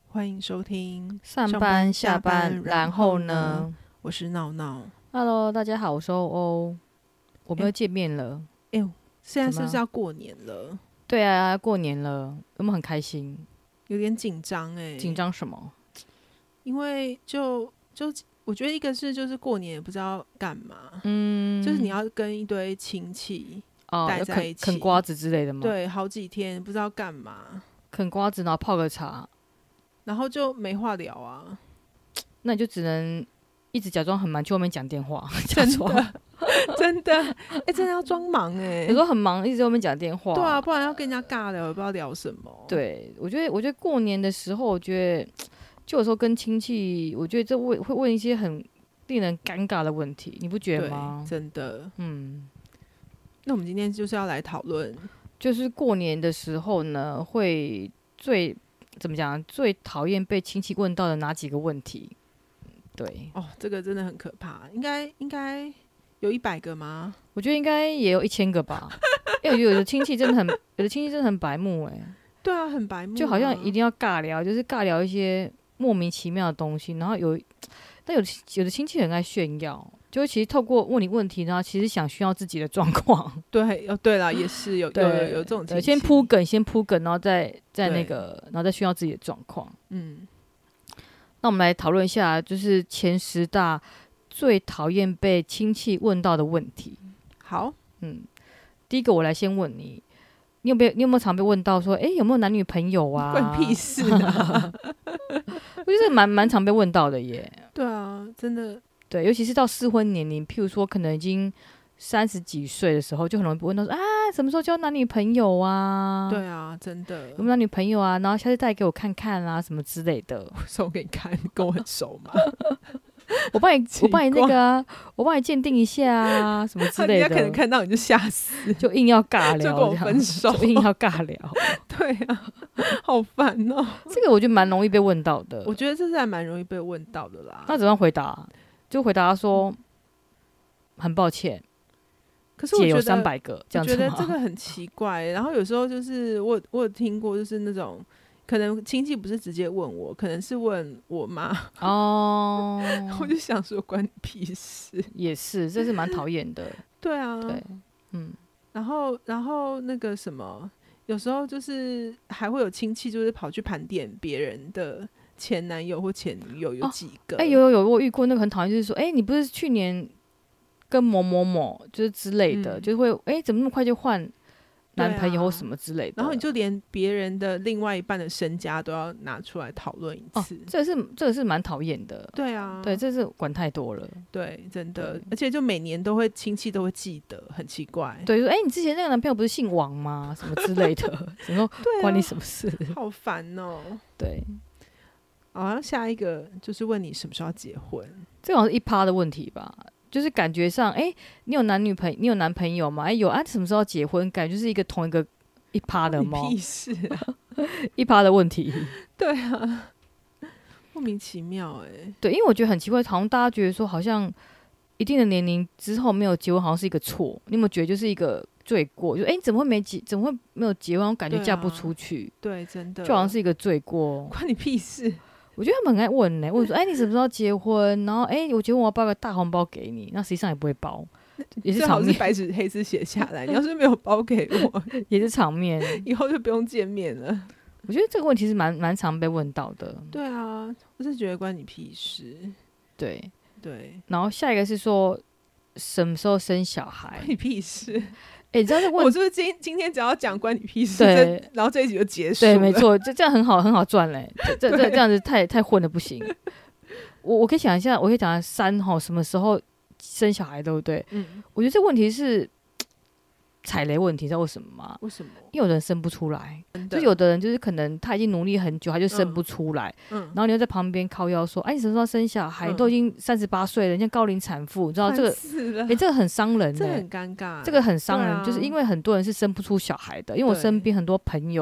欢迎收听上班下班然后呢？ 我是闹闹。 Hello， 大家好，我是欧欧，我们又见面了。 现在是不是要过年了？ 对啊，过年了，有没有很开心？ 有点紧张紧张什么？ 因为就我觉得一个是就是过年也不知道干嘛，就是你要跟一堆亲戚待在一起， 啃瓜子之类的吗？ 对，好几天不知道干嘛， 啃瓜子然后泡个茶， 然后就没话聊啊。 那你就只能一直假装很忙去外面讲电话， 真的真的真的要装忙有时候很忙，一直在外面讲电话。 对啊，不然要跟人家尬聊，也不知道聊什么。 对，我觉得过年的时候，我觉得就有时候跟亲戚，我觉得这会问一些很令人尴尬的问题，你不觉得吗？ 真的，那我们今天就是要来讨论， 就是过年的时候呢，会怎么讲？最讨厌被亲戚问到的哪几个问题？对， 这个真的很可怕，应该有100个吗？ 我觉得应该也有1000个吧，因为有的亲戚真的很白目对啊，很白目就好像一定要尬聊，就是尬聊一些莫名其妙的东西，然后但有的亲戚很爱炫耀，就其实透过问你问题，然后其实想炫耀自己的状况。 对啦，也是有这种亲戚， 先铺梗，然后再那个，然后再炫耀自己的状况。那我们来讨论一下，就是前10大最讨厌被亲戚问到的问题。 好， 第一个我来先问你，你有没有常被问到说，有没有男女朋友啊？ 关屁事啊！ 我觉得蛮常被问到的耶。 对啊，真的。 对，尤其是到适婚年龄，譬如说可能已经30几岁的时候，就很容易被问到说什么时候交男女朋友啊？ 对啊，真的。 有没有男女朋友啊？然后下次带给我看看啊，什么之类的。 我收给你看，跟我很熟吗？ 我帮你那个啊，我帮你鉴定一下啊，什么之类的。 人家可能看到你就吓死， 就硬要尬聊， 就跟我分手， 就硬要尬聊。 对啊，好烦哦。 这个我觉得蛮容易被问到的。 我觉得这是还蛮容易被问到的啦。 那怎么样回答？就回答说很抱歉， 可是我觉得姐有300个这样子吗？ 我觉得这个很奇怪。然后有时候就是我有听过，就是那种可能亲戚不是直接问我，可能是问我妈。我就想说关你屁事。 也是，这是蛮讨厌的。 对啊， 对， 然后那个什么，有时候就是还会有亲戚就是跑去盘点别人的前男友或前女友有几个。 有我遇过那个很讨厌，就是说你不是去年跟某某某就是之类的，就是会怎么那么快就换男朋友或什么之类的， 然后你就连别人的另外一半的身家都要拿出来讨论一次。 这个是蛮讨厌的。 对啊， 对，这是管太多了。 对，真的。而且就每年亲戚都会记得，很奇怪。 对，说你之前那个男朋友不是姓王吗？什么之类的，什么关你什么事？ 好烦哦。 对， 好像下一个就是问你什么时候要结婚， 这好像是1%的问题吧。就是感觉上，你有男朋友吗？有啊，什么时候要结婚？感觉就是同一个1%的吗？ 屁事啊 ！1%的问题。 对啊，莫名其妙对，因为我觉得很奇怪，好像大家觉得说，好像一定的年龄之后没有结婚，好像是一个错。你有没有觉得就是一个罪过？就怎么会没有结婚？我感觉嫁不出去。 对，真的， 就好像是一个罪过。 关你屁事！ 我觉得他们很爱问问说你什么时候结婚？然后我结婚我要包个大红包给你，那实际上也不会包，也是场面。 最好是白纸黑字写下来。你要是没有包给我， 也是场面， 以后就不用见面了。 我觉得这个问题是蛮常被问到的。 对啊，我是觉得关你屁事。 对， 然后下一个是说什么时候生小孩？ 关你屁事！ 你知道这问我是不是今天只要讲关你屁事， 对， 然后这一集就结束了？ 对，没错，这样很好赚嘞。这样子太混了不行。我可以想一下，我可以讲3什么时候生小孩，对不对？我觉得这问题是踩雷问题，知道为什么吗？ 为什么？ 因为有的人生不出来，就有的人就是可能他已经努力很久，他就生不出来，然后你又在旁边靠腰说，你什么时候要生小孩？都已经38岁了，人家高龄产妇，你知道这个？这个很伤人， 这很尴尬， 这个很伤人，就是因为很多人是生不出小孩的，因为我身边很多朋友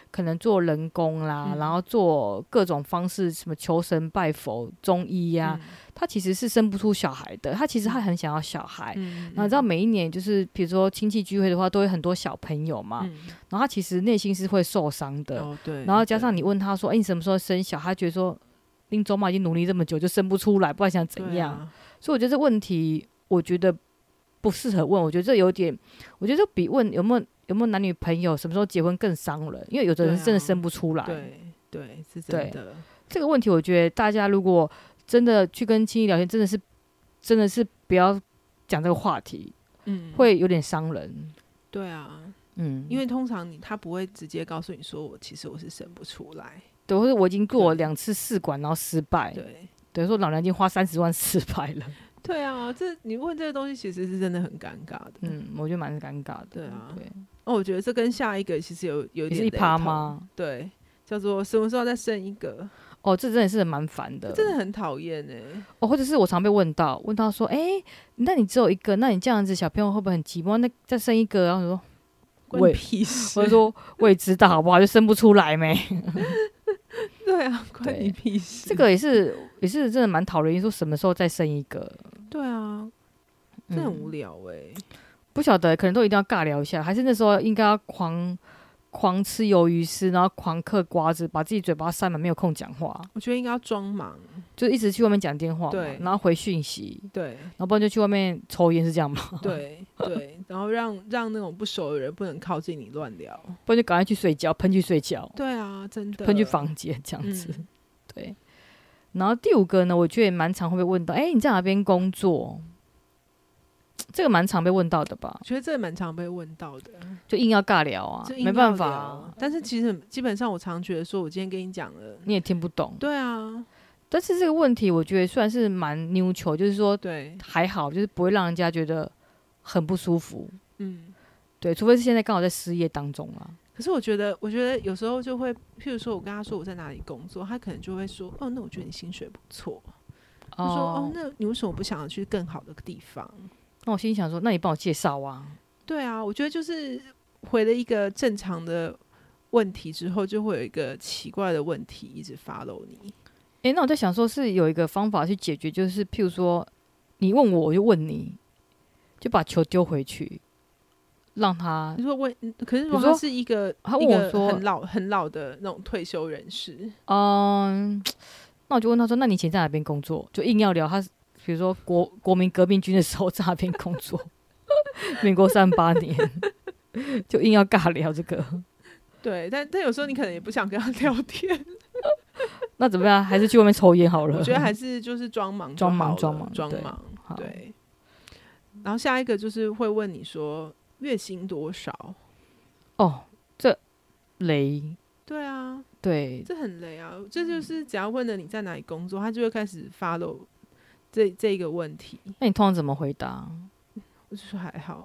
可能做人工啦，然后做各种方式，什么求神拜佛、中医呀，他其实是生不出小孩的。他其实他很想要小孩，然后你知道每一年就是比如说亲戚聚会的话，都会很多小朋友嘛，然后他其实内心是会受伤的。 对， 然后加上你问他说：“你什么时候生小孩？”他觉得说：“林周嘛已经努力这么久，就生不出来，不然想怎样？”所以我觉得这问题，我觉得不适合问。我觉得这有点，我觉得这比问有没有男女朋友什么时候结婚更伤人，因为有的人真的生不出来。 对，是真的。 这个问题，我觉得大家如果真的去跟亲戚聊天，真的是不要讲这个话题，会有点伤人。 对啊，因为通常他不会直接告诉你说其实我是生不出来， 对，或者我已经做了2次试管然后失败，对，说老娘已经花30万失败了。 对啊，你问这个东西其实是真的很尴尬的。 我觉得蛮尴尬的。 对啊，对。我觉得这跟下一个其实有点是1%吗？ 对，叫做什么时候再生一个？ 这真的是蛮烦的， 真的很讨厌或者是我常被问到说，那你只有一个，那你这样子小朋友会不会很寂寞？那再生一个，然后说关你屁事。 我就说我也知道，好不好？就生不出来没。 对啊，关你屁事。 这个也是真的蛮讨厌，说什么时候再生一个？ 对啊，真的很无聊不晓得，可能都一定要尬聊一下，还是那时候应该要狂吃鱿鱼丝，然后狂嗑瓜子，把自己嘴巴塞满，没有空讲话。 我觉得应该要装忙， 就一直去外面讲电话， 对， 然后回讯息， 对， 然后不然就去外面抽烟，是这样吗？ 对，然后让那种不熟的人不能靠近你乱聊， 不然就赶快去睡觉，喷去睡觉。 对啊，真的， 喷去房间这样子。对。然后第5个呢，我觉得也蛮常会被问到，你在哪边工作？这个蛮常被问到的吧？ 我觉得这个蛮常被问到的， 就硬要尬聊啊，没办法但是其实基本上我常觉得说，我今天跟你讲了， 你也听不懂。 对啊。 但是这个问题，我觉得算是蛮扭球，就是说， 对， 还好，就是不会让人家觉得很不舒服。对，除非是现在刚好在失业当中啊。 可是我觉得有时候就会，譬如说我跟他说我在哪里工作，他可能就会说，那我觉得你薪水不错。他说，那你为什么不想要去更好的地方？ 那我心里想说，那你帮我介绍啊。 对啊，我觉得就是回了一个正常的问题之后，就会有一个奇怪的问题一直 follow 你。 那我在想说，是有一个方法去解决，就是譬如说，你问我，我就问你，就把球丢回去，让他。 你说问，可是如果他是一个他问我说很老的那种退休人士， 那我就问他说，那你以前在哪边工作？就硬要聊他。比如说国民革命军的时候在那边工作，民国38年，就硬要尬聊这个。 对，但有时候你可能也不想跟他聊天， 那怎么样？还是去外面抽烟好了。 我觉得还是就是装忙。对。然后下一个就是会问你说月薪多少？ 这雷。 对啊， 对， 这很雷啊！这就是只要问了你在哪里工作，他就会开始 follow。这个问题， 那你通常怎么回答？ 我就说还好。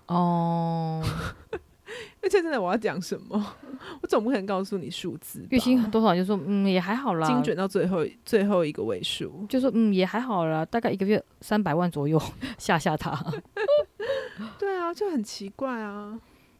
而且真的我要讲什么，我总不可能告诉你数字。 月薪多少就说也还好啦， 精准到最后一个位数， 就说也还好啦，大概1个月300万左右，吓他。 对啊，就很奇怪啊。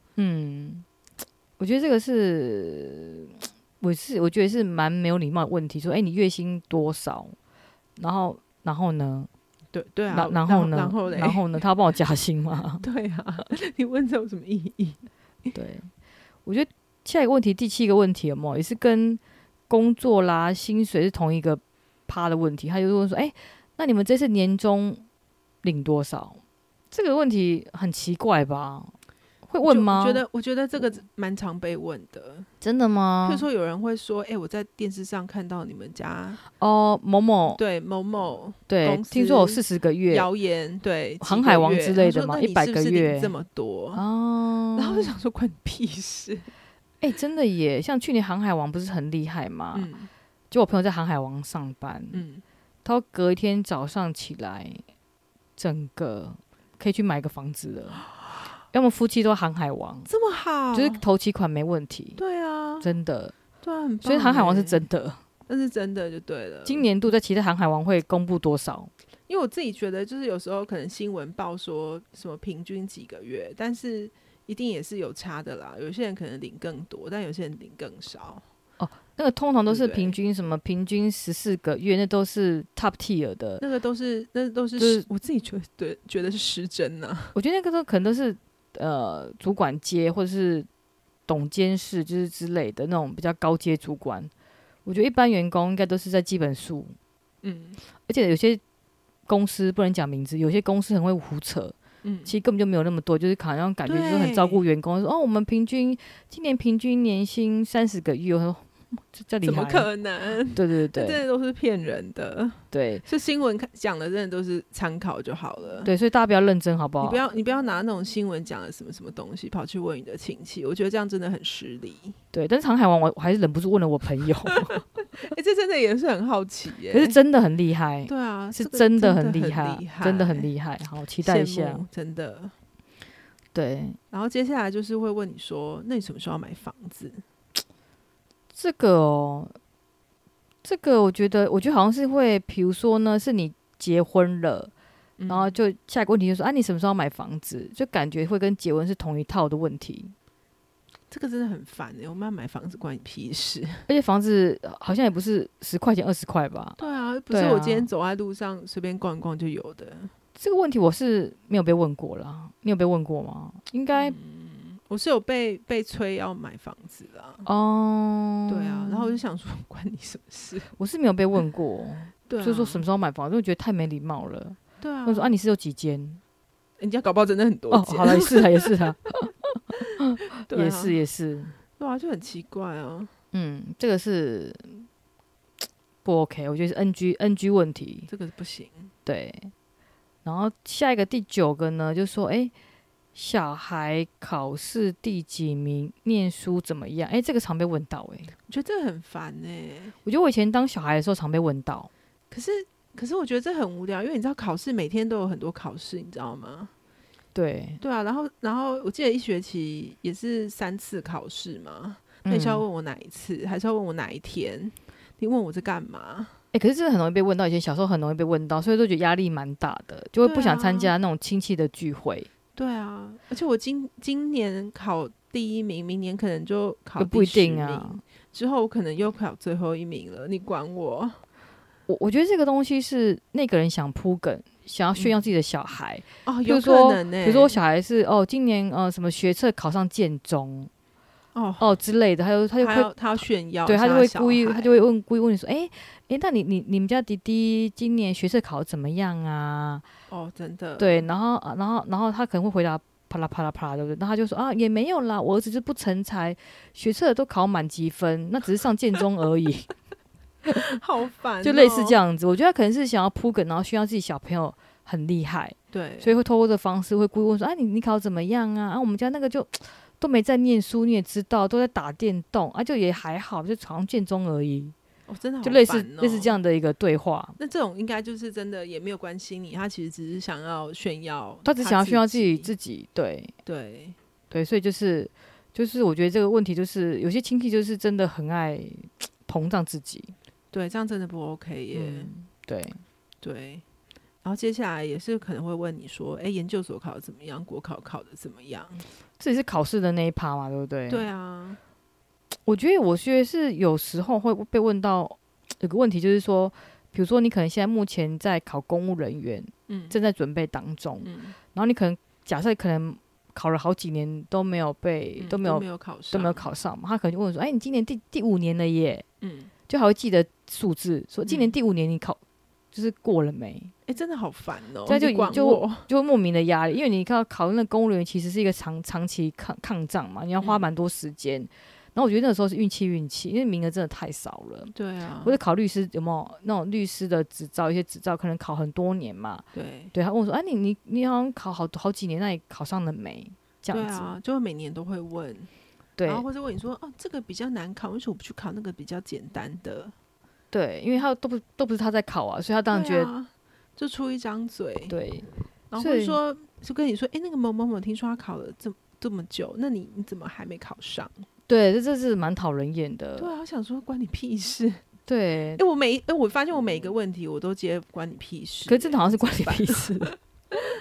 我觉得这个是我觉得是蛮没有礼貌的问题。说你月薪多少？然后呢？ 对啊， 然后呢？ 然后呢？他要帮我加薪吗？ 对啊，你问这有什么意义？ 对，我觉得下一个问题，第7个问题有没有也是跟工作啦、薪水是同一个趴的问题？他就问说：“那你们这次年终领多少？”这个问题很奇怪吧？会问吗？ 我觉得这个蛮常被问的。 真的吗？ 譬如说有人会说，我在电视上看到你们家某某对某某对，听说有40个月谣言，对航海王之类的嘛，100个月这么多然后就想说关你屁事。 真的耶！像去年航海王不是很厉害吗？就我朋友在航海王上班，他隔一天早上起来，整个可以去买个房子了。因为我们夫妻都航海王， 这么好， 就是头期款没问题。 对啊， 真的， 对啊，很棒。 所以航海王是真的， 那是真的就对了。 今年度在期待航海王会公布多少？ 因为我自己觉得，就是有时候可能新闻报说什么平均几个月，但是一定也是有差的啦。有些人可能领更多，但有些人领更少。 那个通常都是平均什么平均14个月，那都是 top tier 的， 那都是、就是、我自己觉得是失真啊。 我觉得那个都可能都是主管阶或者是董监事就是之类的那种比较高阶主管。我觉得一般员工应该都是在基本数，而且有些公司不能讲名字，有些公司很会胡扯。其实根本就没有那么多，就是好像感觉就是很照顾员工，说我们今年平均年薪30个月，我说这厉害， 怎么可能？ 对对对， 真的都是骗人的。 对， 所以新闻讲的真的都是参考就好了。 对，所以大家不要认真，好不好？ 你不要拿那种新闻讲的什么什么东西跑去问你的亲戚，我觉得这样真的很失礼。 对，但是航海王我还是忍不住问了我朋友， 这真的也是很好奇耶。 可是真的很厉害， 对啊， 是真的很厉害，真的很厉害，好期待一下， 真的。 对， 然后接下来就是会问你说，那你什么时候要买房子？ 这个我觉得好像是会，比如说呢，是你结婚了，然后就下一个问题就是说，你什么时候要买房子？就感觉会跟结婚是同一套的问题。 这个真的很烦我们要买房子关你屁事。 而且房子好像也不是10块钱20块吧？ 对啊，不是我今天走在路上随便逛一逛就有的。 这个问题我是没有被问过啦，你有被问过吗？应该。 我是有被催要买房子啦。对啊，然后我就想说关你什么事？ 我是没有被问过。 对啊， 就是说什么时候买房子，我觉得太没礼貌了。 对啊， 我说你是有几间？ 人家搞不好真的很多间。 好了，也是啊对啊， 也是。 对啊，就很奇怪啊。 这个是不 OK， 我觉得是 NG 问题， 这个不行。对， 然后下一个第9个呢，就说小孩考试第几名，念书怎么样？这个常被问到我觉得这个很烦我觉得我以前当小孩的时候常被问到， 可是我觉得这很无聊，因为你知道考试每天都有很多考试，你知道吗？对啊，然后我记得一学期也是3次考试嘛，那你是要问我哪一次，还是要问我哪一天？你问我在干嘛？ 可是真的很容易被问到，以前小时候很容易被问到，所以都觉得压力蛮大的，就会不想参加那种亲戚的聚会。对啊，而且我今年考第1名，明年可能就考第10名， 不一定啊， 之后我可能又考最后1名了，你管我？ 我觉得这个东西是那个人想铺梗，想要炫耀自己的小孩。 有可能比如说我小孩是今年什么学测考上建中之类的，他要炫耀， 对，他就会故意问你说，那你们家弟弟今年学测考得怎么样啊？ 真的。对， 然后他可能会回答啪啦啪啦啪啦，对不对？然后他就说也没有啦，我儿子就不成才，学测都考满级分，那只是上建中而已。 好烦就类似这样子。我觉得他可能是想要铺梗，然后需要自己小朋友很厉害， 对， 所以会透过这个方式会故意问说你考怎么样啊？我们家那个就都没在念书，你也知道，都在打电动就也还好，就好像建中而已。 真的好烦就类似这样的一个对话。 那这种应该就是真的也没有关心你，他其实只是想要炫耀， 他只想要炫耀自己，对，所以就是我觉得这个问题就是有些亲戚就是真的很爱膨胀自己， 对，这样真的不 OK 耶。对，然后接下来也是可能会问你说，研究所考得怎么样？国考考得怎么样？ 这也是考试的那一趴嘛，对不对？ 对啊。 我觉得是有时候会被问到有个问题，就是说比如说你可能现在目前在考公务人员，正在准备当中，然后你可能假设可能考了好几年都没有考上嘛，他可能就问说你今年第5年了耶，就还会记得数字，说今年第5年你考就是过了没？ 真的好烦哦。 这样就莫名的压力，因为你考那公务人员其实是一个长期抗战嘛，你要花蛮多时间。然后我觉得那个时候是运气，因为名额真的太少了。 对啊， 或者考律师有没有那种律师的执照？一些执照可能考很多年嘛。对，他问我说：“你好像考好几年，那你考上了没？”这样子。对啊，就每年都会问。对，然后或者问你说：“这个比较难考，为什么不去考那个比较简单的？”对， 因为他都不是他在考啊，所以他当然觉得就出一张嘴。 对， 然后或者说就跟你说：“那个某某某，听说他考了这么久，那你怎么还没考上？” 对，这是蛮讨人厌的。 对啊，我想说关你屁事。 对， 我发现我每一个问题我都接关你屁事。 可是真的好像是关你屁事。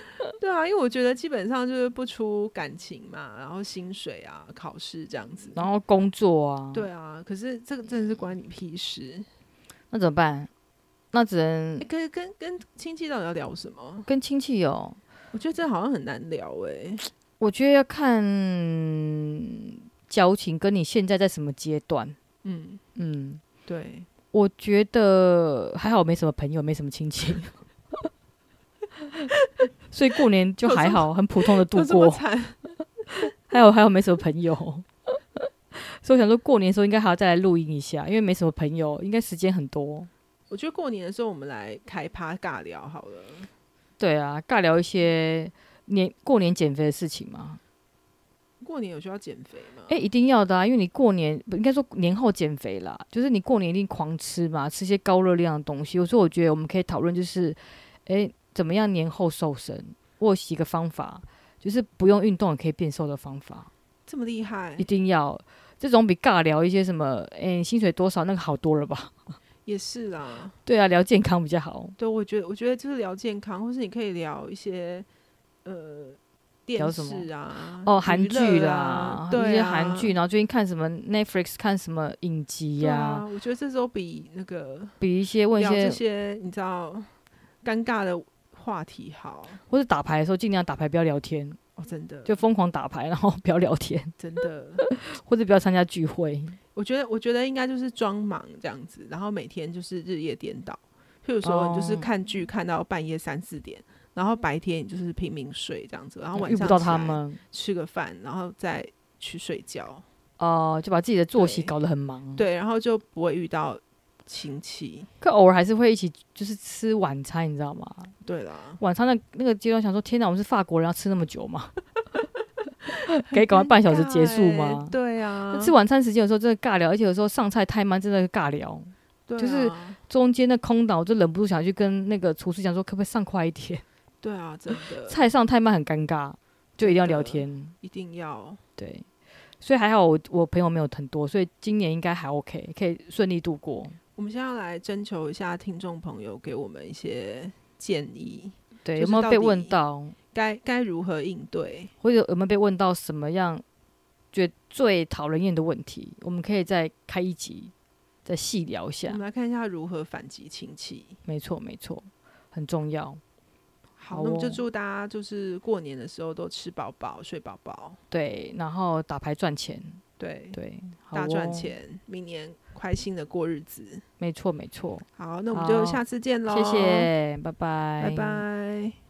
对啊，因为我觉得基本上就是不出感情嘛，然后薪水啊、考试这样子， 然后工作啊， 对啊。可是这个真的是关你屁事， 那怎么办？那只能跟亲戚到底要聊什么？ 跟亲戚我觉得这好像很难聊我觉得要看交情，跟你现在在什么阶段。 对， 我觉得还好，没什么朋友，没什么亲戚，所以过年就还好，很普通的度过。 这么惨， 还好没什么朋友，所以我想说过年的时候应该还要再来录音一下，因为没什么朋友，应该时间很多。 我觉得过年的时候我们来开趴尬聊好了。 对啊，尬聊一些过年减肥的事情嘛。 过年有需要减肥吗？ 一定要的啊，因为你过年应该说年后减肥啦，就是你过年一定狂吃嘛，吃些高热量的东西。所以我觉得我们可以讨论，就是怎么样年后瘦身。我有几个方法，就是不用运动也可以变瘦的方法。 这么厉害？ 一定要，这种比尬聊一些什么你薪水多少那个好多了吧？ 也是啦。 对啊，聊健康比较好。 对，我觉得就是聊健康，或是你可以聊一些电视啊， 韩剧啦， 对啊， 一些韩剧，然后最近看什么 Netflix 看什么影集呀， 我觉得这都比那个比一些问一些聊这些你知道尴尬的话题好， 或者打牌的时候尽量打牌不要聊天真的就疯狂打牌，然后不要聊天， 真的， 或者不要参加聚会。 我觉得应该就是装忙这样子，然后每天就是日夜颠倒。譬如说，你就是看剧看到半夜3、4点，然后白天你就是拼命睡这样子，然后晚上遇不到他们吃个饭，然后再去睡觉。 就把自己的作息搞得很忙。 对，然后就不会遇到亲戚， 可偶尔还是会一起就是吃晚餐，你知道吗？ 对啦， 晚餐的那个阶段想说，天哪，我们是法国人，要吃那么久吗？可以赶快半小时结束吗？ 对啊， 吃晚餐时间有时候真的尬聊，而且有时候上菜太慢，真的尬聊。 对啊， 就是中间的空档，我就忍不住想去跟那个厨师讲说，可不可以上快一点？ 对啊，真的， 菜上太慢很尴尬，就一定要聊天， 一定要。 对，所以还好我朋友没有很多，所以今年应该还 OK， 可以顺利度过。 我们现在要来征求一下听众朋友给我们一些建议， 对， 就是有没有被问到？ 该如何应对， 或者有没有被问到什么样觉得最讨人厌的问题？我们可以再开一集，再细聊一下。 我们来看一下如何反击亲戚。 没错，没错，很重要。 好，那我们就祝大家就是过年的时候都吃饱饱、睡饱饱。 对，然后打牌赚钱。 对， 大赚钱，明年开心的过日子。 没错，没错。 好，那我们就下次见喽。 谢谢，拜拜， 拜拜。